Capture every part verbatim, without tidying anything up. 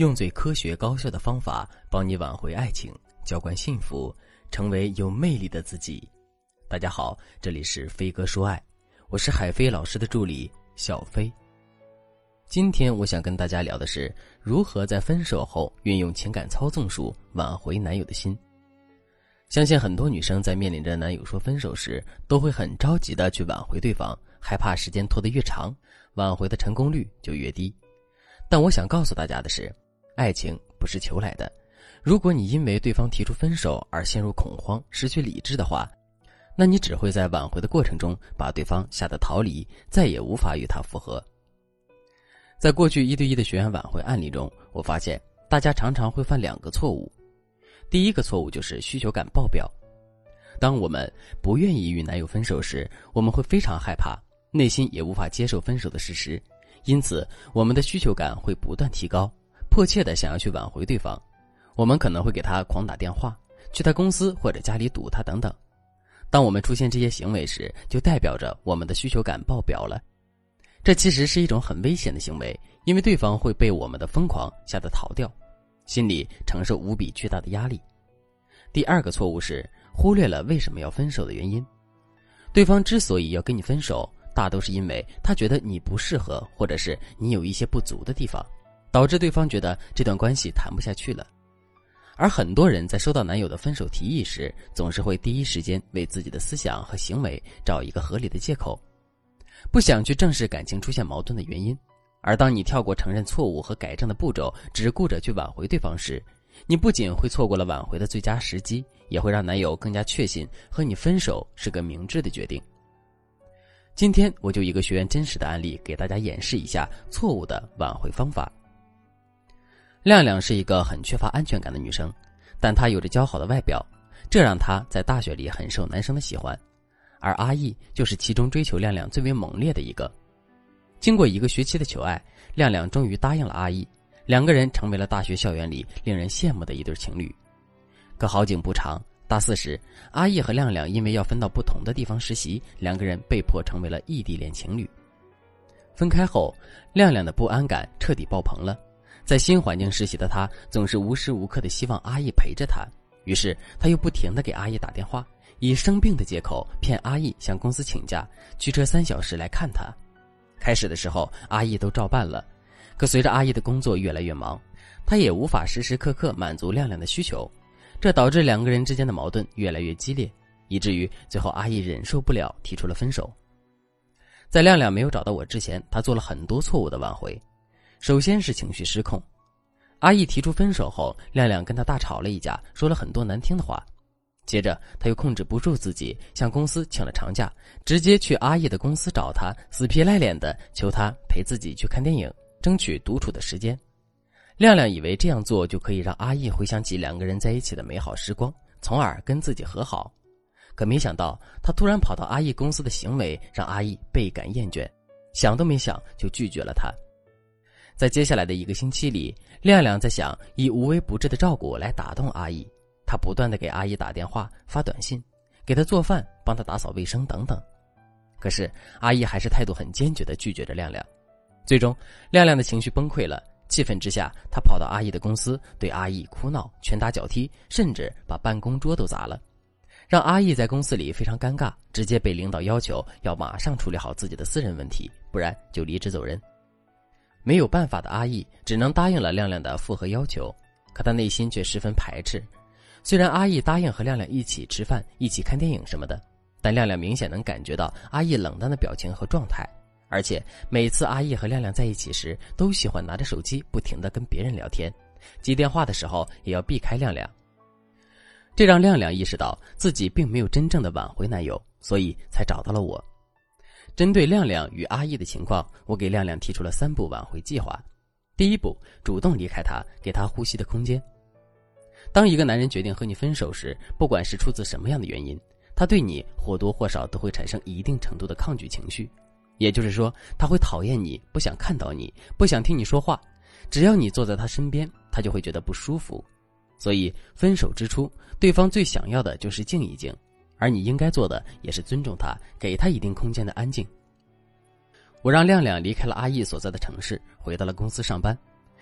用最科学高效的方法帮你挽回爱情，浇灌幸福，成为有魅力的自己。大家好，这里是飞哥说爱，我是海飞老师的助理小飞。今天我想跟大家聊的是如何在分手后运用情感操纵术挽回男友的心。相信很多女生在面临着男友说分手时，都会很着急的去挽回对方，害怕时间拖得越长，挽回的成功率就越低。但我想告诉大家的是，爱情不是求来的，如果你因为对方提出分手而陷入恐慌，失去理智的话，那你只会在挽回的过程中把对方吓得逃离，再也无法与他复合。在过去一对一的学员挽回案例中，我发现大家常常会犯两个错误。第一个错误就是需求感爆表。当我们不愿意与男友分手时，我们会非常害怕，内心也无法接受分手的事实，因此我们的需求感会不断提高，迫切地想要去挽回对方。我们可能会给他狂打电话，去他公司或者家里堵他等等。当我们出现这些行为时，就代表着我们的需求感爆表了。这其实是一种很危险的行为，因为对方会被我们的疯狂吓得逃掉，心里承受无比巨大的压力。第二个错误是忽略了为什么要分手的原因。对方之所以要跟你分手，大都是因为他觉得你不适合，或者是你有一些不足的地方，导致对方觉得这段关系谈不下去了。而很多人在收到男友的分手提议时，总是会第一时间为自己的思想和行为找一个合理的借口，不想去正视感情出现矛盾的原因。而当你跳过承认错误和改正的步骤，只顾着去挽回对方时，你不仅会错过了挽回的最佳时机，也会让男友更加确信和你分手是个明智的决定。今天我就一个学员真实的案例给大家演示一下错误的挽回方法。亮亮是一个很缺乏安全感的女生，但她有着姣好的外表，这让她在大学里很受男生的喜欢。而阿义就是其中追求亮亮最为猛烈的一个。经过一个学期的求爱，亮亮终于答应了阿义，两个人成为了大学校园里令人羡慕的一对情侣。可好景不长，大四时，阿义和亮亮因为要分到不同的地方实习，两个人被迫成为了异地恋情侣。分开后，亮亮的不安感彻底爆棚了。在新环境实习的他，总是无时无刻的希望阿义陪着他，于是他又不停地给阿义打电话，以生病的借口骗阿义向公司请假，驱车三小时来看他。开始的时候，阿义都照办了，可随着阿义的工作越来越忙，他也无法时时刻刻满足亮亮的需求，这导致两个人之间的矛盾越来越激烈，以至于最后阿义忍受不了，提出了分手。在亮亮没有找到我之前，他做了很多错误的挽回。首先是情绪失控。阿义提出分手后，亮亮跟他大吵了一架，说了很多难听的话。接着他又控制不住自己，向公司请了长假，直接去阿义的公司找他，死皮赖脸的求他陪自己去看电影，争取独处的时间。亮亮以为这样做就可以让阿义回想起两个人在一起的美好时光，从而跟自己和好。可没想到他突然跑到阿义公司的行为让阿义倍感厌倦，想都没想就拒绝了他。在接下来的一个星期里，亮亮在想以无微不至的照顾来打动阿义，他不断地给阿姨打电话发短信，给她做饭，帮她打扫卫生等等。可是阿姨还是态度很坚决地拒绝着亮亮。最终亮亮的情绪崩溃了，气愤之下，他跑到阿姨的公司，对阿姨哭闹，拳打脚踢，甚至把办公桌都砸了，让阿姨在公司里非常尴尬，直接被领导要求要马上处理好自己的私人问题，不然就离职走人。没有办法的阿义只能答应了亮亮的复合要求，可他内心却十分排斥。虽然阿义答应和亮亮一起吃饭，一起看电影什么的，但亮亮明显能感觉到阿义冷淡的表情和状态，而且每次阿义和亮亮在一起时，都喜欢拿着手机不停地跟别人聊天，接电话的时候也要避开亮亮。这让亮亮意识到自己并没有真正的挽回男友，所以才找到了我。针对亮亮与阿义的情况，我给亮亮提出了三步挽回计划。第一步，主动离开他，给他呼吸的空间。当一个男人决定和你分手时，不管是出自什么样的原因，他对你或多或少都会产生一定程度的抗拒情绪。也就是说，他会讨厌你，不想看到你，不想听你说话，只要你坐在他身边，他就会觉得不舒服。所以分手之初，对方最想要的就是静一静，而你应该做的也是尊重他，给他一定空间的安静。我让亮亮离开了阿义所在的城市，回到了公司上班。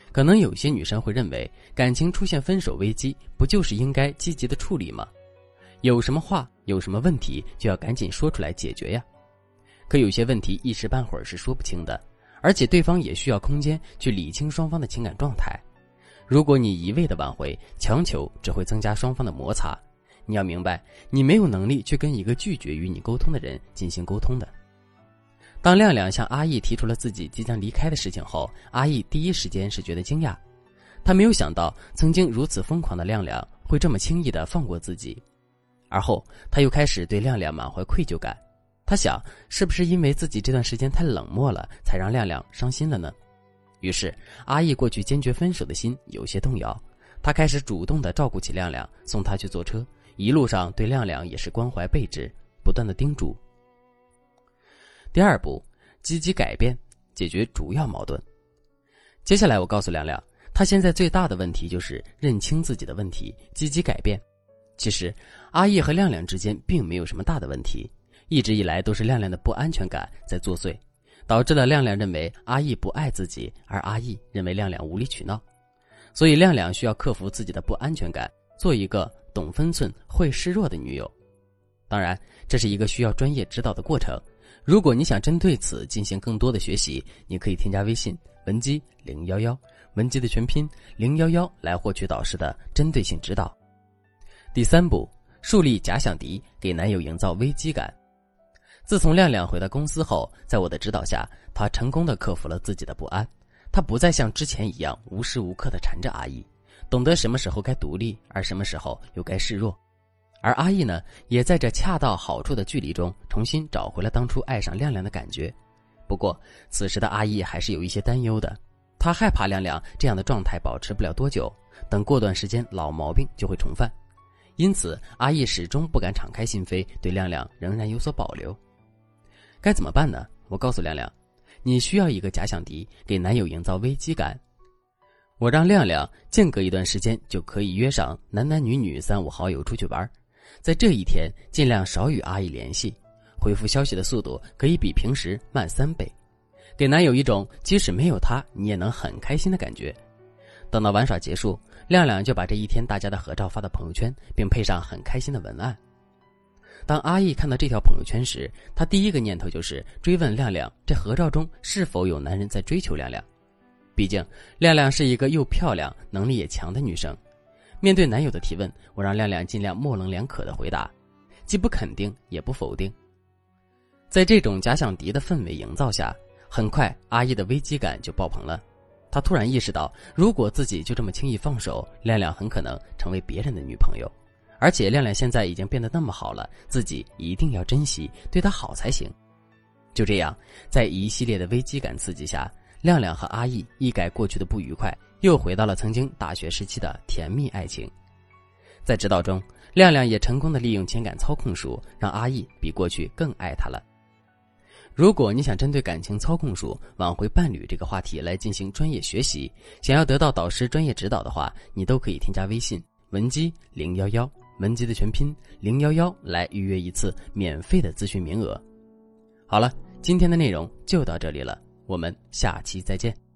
可能有些女生会认为，感情出现分手危机，不就是应该积极的处理吗？有什么话，有什么问题，就要赶紧说出来解决呀。可有些问题一时半会儿是说不清的，而且对方也需要空间去理清双方的情感状态。如果你一味的挽回，强求只会增加双方的摩擦。你要明白，你没有能力去跟一个拒绝与你沟通的人进行沟通的。当亮亮向阿义提出了自己即将离开的事情后，阿义第一时间是觉得惊讶，他没有想到曾经如此疯狂的亮亮会这么轻易地放过自己。而后他又开始对亮亮满怀愧疚感，他想，是不是因为自己这段时间太冷漠了，才让亮亮伤心了呢？于是阿义过去坚决分手的心有些动摇，他开始主动地照顾起亮亮，送他去坐车，一路上对亮亮也是关怀备至，不断地叮嘱。第二步，积极改变，解决主要矛盾。接下来我告诉亮亮，他现在最大的问题就是认清自己的问题，积极改变。其实阿义和亮亮之间并没有什么大的问题，一直以来都是亮亮的不安全感在作祟，导致了亮亮认为阿义不爱自己，而阿义认为亮亮无理取闹。所以亮亮需要克服自己的不安全感，做一个懂分寸会示弱的女友。当然这是一个需要专业指导的过程，如果你想针对此进行更多的学习，你可以添加微信文姬零一一，文姬的全拼零一一，来获取导师的针对性指导。第三步，树立假想敌，给男友营造危机感。自从亮亮回到公司后，在我的指导下，他成功地克服了自己的不安。他不再像之前一样无时无刻地缠着阿义，懂得什么时候该独立，而什么时候又该示弱。而阿义呢，也在这恰到好处的距离中重新找回了当初爱上亮亮的感觉。不过此时的阿义还是有一些担忧的，他害怕亮亮这样的状态保持不了多久，等过段时间老毛病就会重犯。因此阿义始终不敢敞开心扉，对亮亮仍然有所保留。该怎么办呢？我告诉亮亮，你需要一个假想敌，给男友营造危机感。我让亮亮间隔一段时间就可以约上男男女女三五好友出去玩，在这一天尽量少与阿义联系，回复消息的速度可以比平时慢三倍，给男友一种即使没有他你也能很开心的感觉。等到玩耍结束，亮亮就把这一天大家的合照发到朋友圈，并配上很开心的文案。当阿义看到这条朋友圈时，他第一个念头就是追问亮亮这合照中是否有男人在追求亮亮。毕竟亮亮是一个又漂亮能力也强的女生。面对男友的提问，我让亮亮尽量模棱两可的回答，既不肯定也不否定。在这种假想敌的氛围营造下，很快阿义的危机感就爆棚了。他突然意识到，如果自己就这么轻易放手，亮亮很可能成为别人的女朋友。而且亮亮现在已经变得那么好了，自己一定要珍惜，对她好才行。就这样，在一系列的危机感刺激下，亮亮和阿义一改过去的不愉快，又回到了曾经大学时期的甜蜜爱情。在指导中，亮亮也成功地利用情感操控术，让阿义比过去更爱他了。如果你想针对感情操控术挽回伴侣这个话题来进行专业学习，想要得到导师专业指导的话，你都可以添加微信文姬零一一，文姬的全拼零一一，来预约一次免费的咨询名额。好了，今天的内容就到这里了，我们下期再见。